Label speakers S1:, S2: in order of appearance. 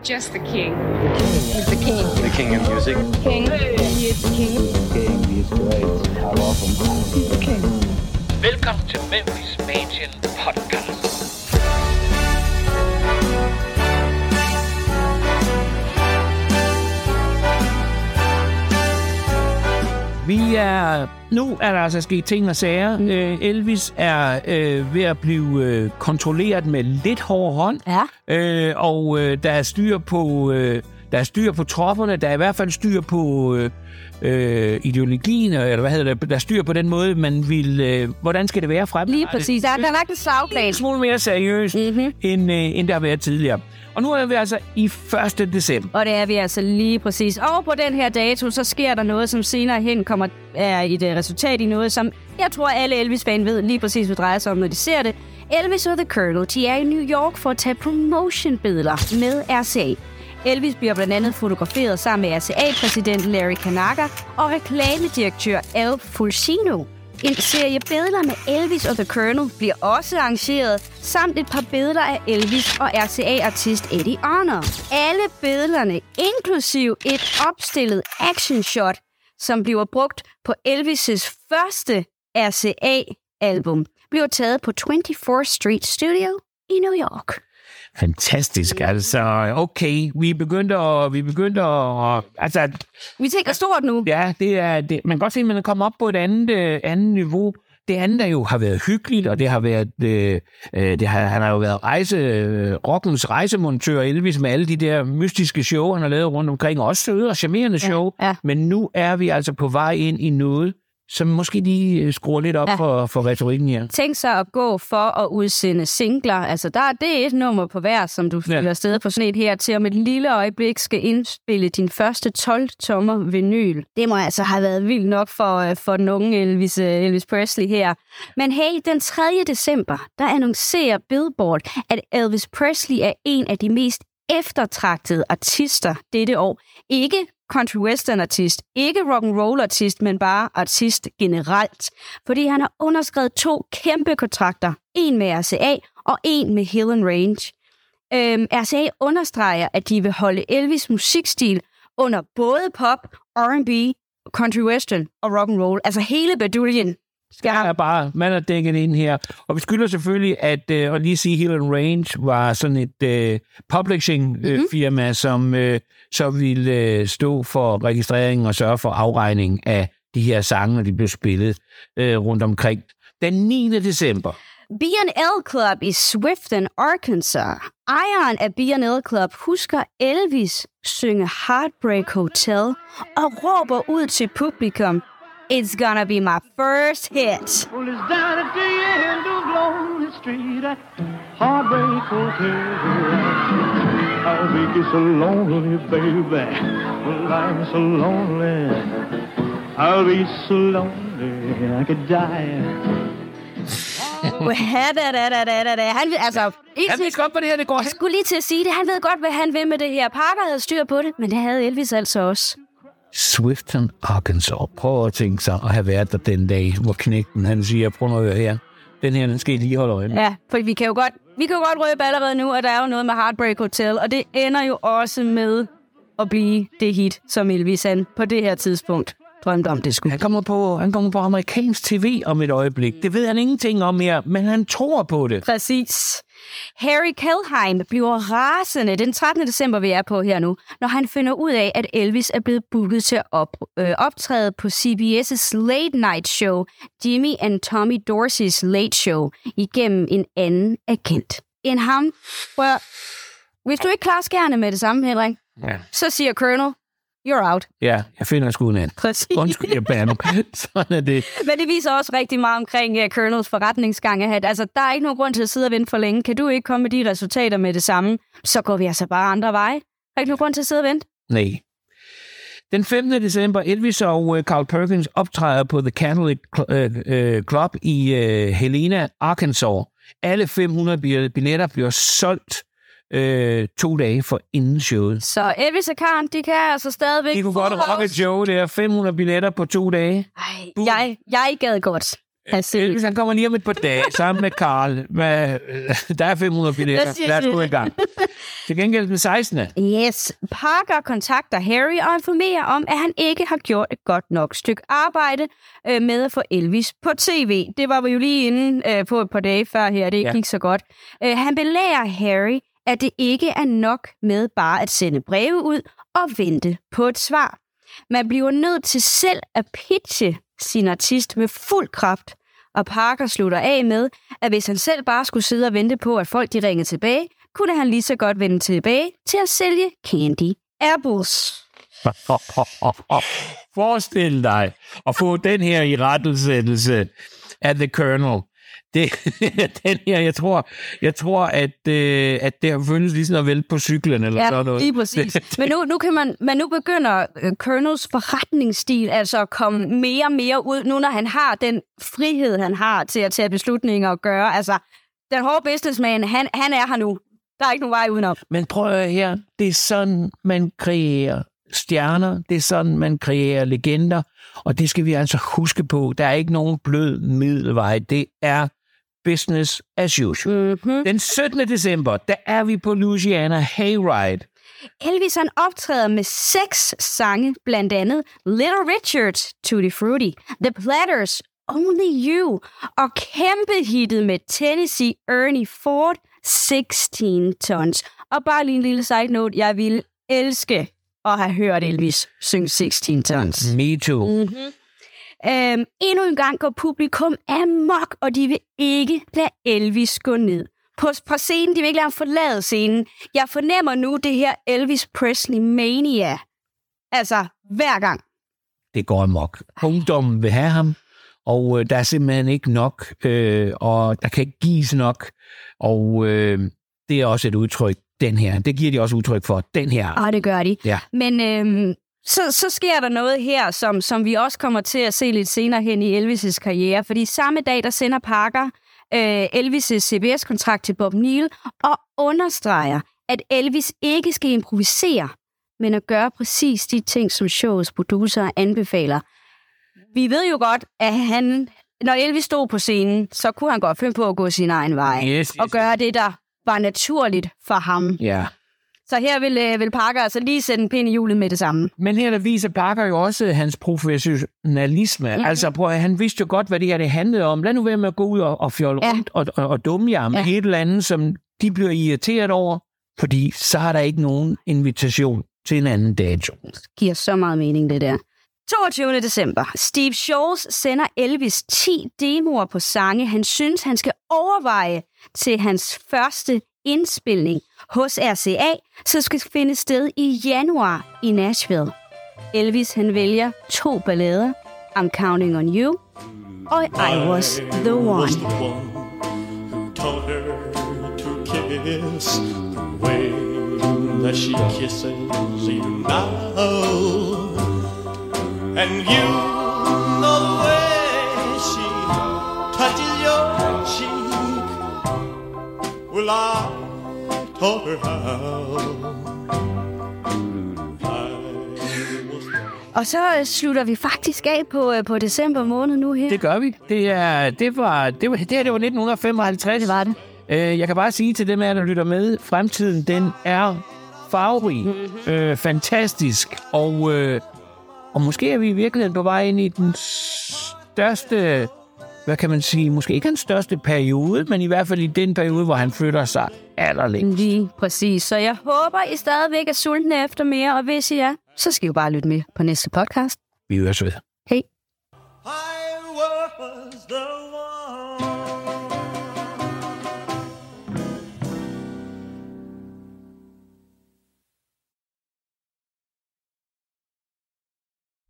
S1: just the king.
S2: He's the king.
S3: The king of music.
S2: King. He is the king.
S4: King, he's great. I love him.
S2: He's the king.
S5: Velkommen til Memphis Mansion Podcast.
S6: Nu er der altså sket ting og sager. Elvis er ved at blive kontrolleret med lidt hård hånd.
S7: Ja.
S6: Og der er styr på tropperne. Der er i hvert fald styr på ideologien, eller hvad hedder det? Der er styr på den måde, man vil... hvordan skal det være frem?
S7: Lige præcis. Der er lagt en slagplan.
S6: En smule mere seriøst, end der har været tidligere. Og nu er vi altså i 1. december.
S7: Og det er vi altså lige præcis. Og på den her dato, så sker der noget, som senere hen er et resultat i noget, som jeg tror, alle Elvis-fan ved lige præcis, hvad det drejer sig om, når de ser det. Elvis og The Colonel, de er i New York for at tage promotion-billeder med RCA. Elvis bliver blandt andet fotograferet sammen med RCA-præsident Larry Kanaga og reklamedirektør Al Fulcino. En serie billeder med Elvis og The Colonel bliver også arrangeret, samt et par billeder af Elvis og RCA-artist Eddie Arnold. Alle billederne, inklusiv et opstillet actionshot, som bliver brugt på Elvis' første RCA-album, bliver taget på 24th Street Studio i New York.
S6: Fantastisk, altså. Okay, vi begyndte at altså...
S7: Vi tænker stort nu.
S6: Ja, det. Man kan godt se, at man er kommet op på et andet niveau. Det andet, der jo har været hyggeligt, og det har været... han har jo været rockens rejsemontør, Elvis, med alle de der mystiske show, han har lavet rundt omkring. Også søde og charmerende show. Ja. Men nu er vi altså på vej ind i noget, som måske lige skruer lidt op for retorikken her.
S7: Tænk så at gå for at udsende singler. Altså, det er et nummer på hver, som du fylder afsted på sådan et her, til om et lille øjeblik skal indspille din første 12-tommer vinyl. Det må altså have været vildt nok for den unge Elvis Presley her. Men hey, den 3. december, der annoncerer Billboard, at Elvis Presley er en af de mest eftertragtede artister dette år. Ikke country western artist, ikke rock and roll artist, men bare artist generelt. Fordi han har underskrevet 2 kæmpe kontrakter. En med RCA og en med Hill & Range. RCA understreger, at de vil holde Elvis' musikstil under både pop, R&B, country western og rock and roll. Altså hele baduljen.
S6: Man er dækket ind her. Og vi skylder selvfølgelig at lige sige, Hill & Range var sådan et publishing-firma, som så ville stå for registrering og sørge for afregning af de her sange, når de blev spillet rundt omkring. Den 9. december.
S7: B&L Club i Swifton, Arkansas. Ejeren af B&L Club husker Elvis synge Heartbreak Hotel og råber ud til publikum: "It's gonna be my first hit."
S8: Well, it's down at the end of Lonely Street at Heartbreak Hotel. I'll be so lonely, baby. Well, I'm so lonely. I'll be so lonely I could die.
S6: Han vidste godt, hvad det her det går hen.
S7: Jeg skulle lige til at sige det. Han ved godt, hvad han vil med det her. Parker havde styr på det, men det havde Elvis altså også.
S6: Swifton, Arkansas. Prøv at tænke sig at have været der den dag, hvor knægten han siger, prøv at høre her. Den her, den skal lige holde øje med.
S7: Ja, for vi kan jo godt røbe allerede nu, at der er jo noget med Heartbreak Hotel, og det ender jo også med at blive det hit, som Elvis han på det her tidspunkt drømte om det skulle.
S6: Han kommer på amerikansk tv om et øjeblik. Det ved han ingenting om mere, men han tror på det.
S7: Præcis. Harry Kelheim bliver rasende den 13. december, vi er på her nu, når han finder ud af, at Elvis er blevet booket til at optræde på CBS' late night show, Jimmy and Tommy Dorsey's Late Show, igennem en anden agent end ham. Hvis du ikke klarer skærene med det samme, Henrik, så siger Colonel, you're out.
S6: Ja, jeg finder sgu en anden.
S7: Præcis.
S6: Undskyld, jeg bander. Sådan er det.
S7: Men det viser også rigtig meget omkring Colonels forretningsgang. Altså, der er ikke nogen grund til at sidde og vente for længe. Kan du ikke komme med de resultater med det samme, så går vi altså bare andre veje. Der er ikke nogen grund til at sidde og vente.
S6: Nej. Den 15. december, Elvis og Carl Perkins optræder på The Catholic Club i Helena, Arkansas. Alle 500 billetter bliver solgt 2 dage for inden showet.
S7: Så Elvis og Karen, de kan altså stadigvæk...
S6: De kunne godt rocke et show der. 500 billetter på 2 dage.
S7: Jeg gad godt.
S6: Elvis, han kommer lige om et par dage, sammen med Carl. Der er 500 billetter. Lad os gå i gang. Til gengæld den 16.
S7: Yes. Parker kontakter Harry og informerer om, at han ikke har gjort et godt nok stykke arbejde med at få Elvis på tv. Det var vi jo lige inde på et par dage før her. Det gik så godt. Han belærer Harry, at det ikke er nok med bare at sende breve ud og vente på et svar. Man bliver nødt til selv at pitche sin artist med fuld kraft, og Parker slutter af med, at hvis han selv bare skulle sidde og vente på, at folk de ringede tilbage, kunne han lige så godt vende tilbage til at sælge candy apples.
S6: Forestil dig at få den her i rettelsættelse af The Colonel. Den her, jeg tror, at det har føltes ligesom at vælte på cyklen eller sådan noget. Ja,
S7: lige præcis. Men nu begynder Colonels forretningsstil altså at komme mere og mere ud, nu når han har den frihed, han har til at tage beslutninger og gøre. Altså, den hårde businessman, han er her nu. Der er ikke nogen vej udenom.
S6: Men prøv at her, det er sådan, man kreerer stjerner, det er sådan, man kreerer legender, og det skal vi altså huske på. Der er ikke nogen blød middelvej. Det er business as usual. Mm-hmm. Den 17. december, der er vi på Louisiana Hayride.
S7: Elvis han optræder med 6 sange, blandt andet Little Richard, Tutti Frutti, The Platters, Only You, og kæmpe hittet med Tennessee Ernie Ford, 16 Tons. Og bare lige en lille side note, jeg ville elske at have hørt Elvis synge 16 Tons.
S6: Me too.
S7: Mm-hmm. Endnu en gang går publikum amok, og de vil ikke lade Elvis gå ned på scenen. De vil ikke lade ham forlade scenen. Jeg fornemmer nu det her Elvis Presley mania. Altså, hver gang.
S6: Det går amok. Ungdommen vil have ham, og der er simpelthen ikke nok, og der kan ikke gives nok. Og det er også et udtryk, den her. Det giver de også udtryk for, den her.
S7: Det gør de.
S6: Ja.
S7: Men så sker der noget her, som vi også kommer til at se lidt senere hen i Elvis' karriere. Fordi samme dag, der sender Parker Elvis' CBS-kontrakt til Bob Neal og understreger, at Elvis ikke skal improvisere, men at gøre præcis de ting, som showets producer anbefaler. Vi ved jo godt, at når Elvis stod på scenen, så kunne han godt finde på at gå sin egen vej og gøre det, der var naturligt for ham.
S6: Ja.
S7: Så her vil Parker altså lige sætte en pind i hjulet med det samme.
S6: Men her der viser Parker jo også hans professionalisme. Mm-hmm. Altså, han vidste jo godt, hvad det her det handlede om. Lad nu være med at gå ud og fjolle rundt og dumme jer med et eller andet, som de bliver irriteret over, fordi så har der ikke nogen invitation til en anden dato.
S7: Det giver så meget mening, det der. 22. december. Steve Sholes sender Elvis 10 demoer på sange, han synes, han skal overveje til hans første indspilning hos RCA, så skal finde sted i januar i Nashville. Elvis han vælger 2 ballader, I'm Counting on You og I Was the One.
S1: Who taught her to kiss the way that she kisses even now. And you know the way she touches your cheek. Well, I taught her how.
S7: Og så slutter vi faktisk af på december måned nu her.
S6: Det gør vi. Det var 1955.
S7: Det var det.
S6: Jeg kan bare sige til dem af jer, der lytter med, fremtiden den er farverig, fantastisk, og måske er vi i virkeligheden på vej ind i den største, hvad kan man sige, måske ikke den største periode, men i hvert fald i den periode, hvor han flytter sig allerlængst.
S7: Lige præcis. Så jeg håber, I stadigvæk er sultne efter mere, og hvis I er, så skal I jo bare lytte med på næste podcast.
S6: Vi høres ved.
S7: Hej.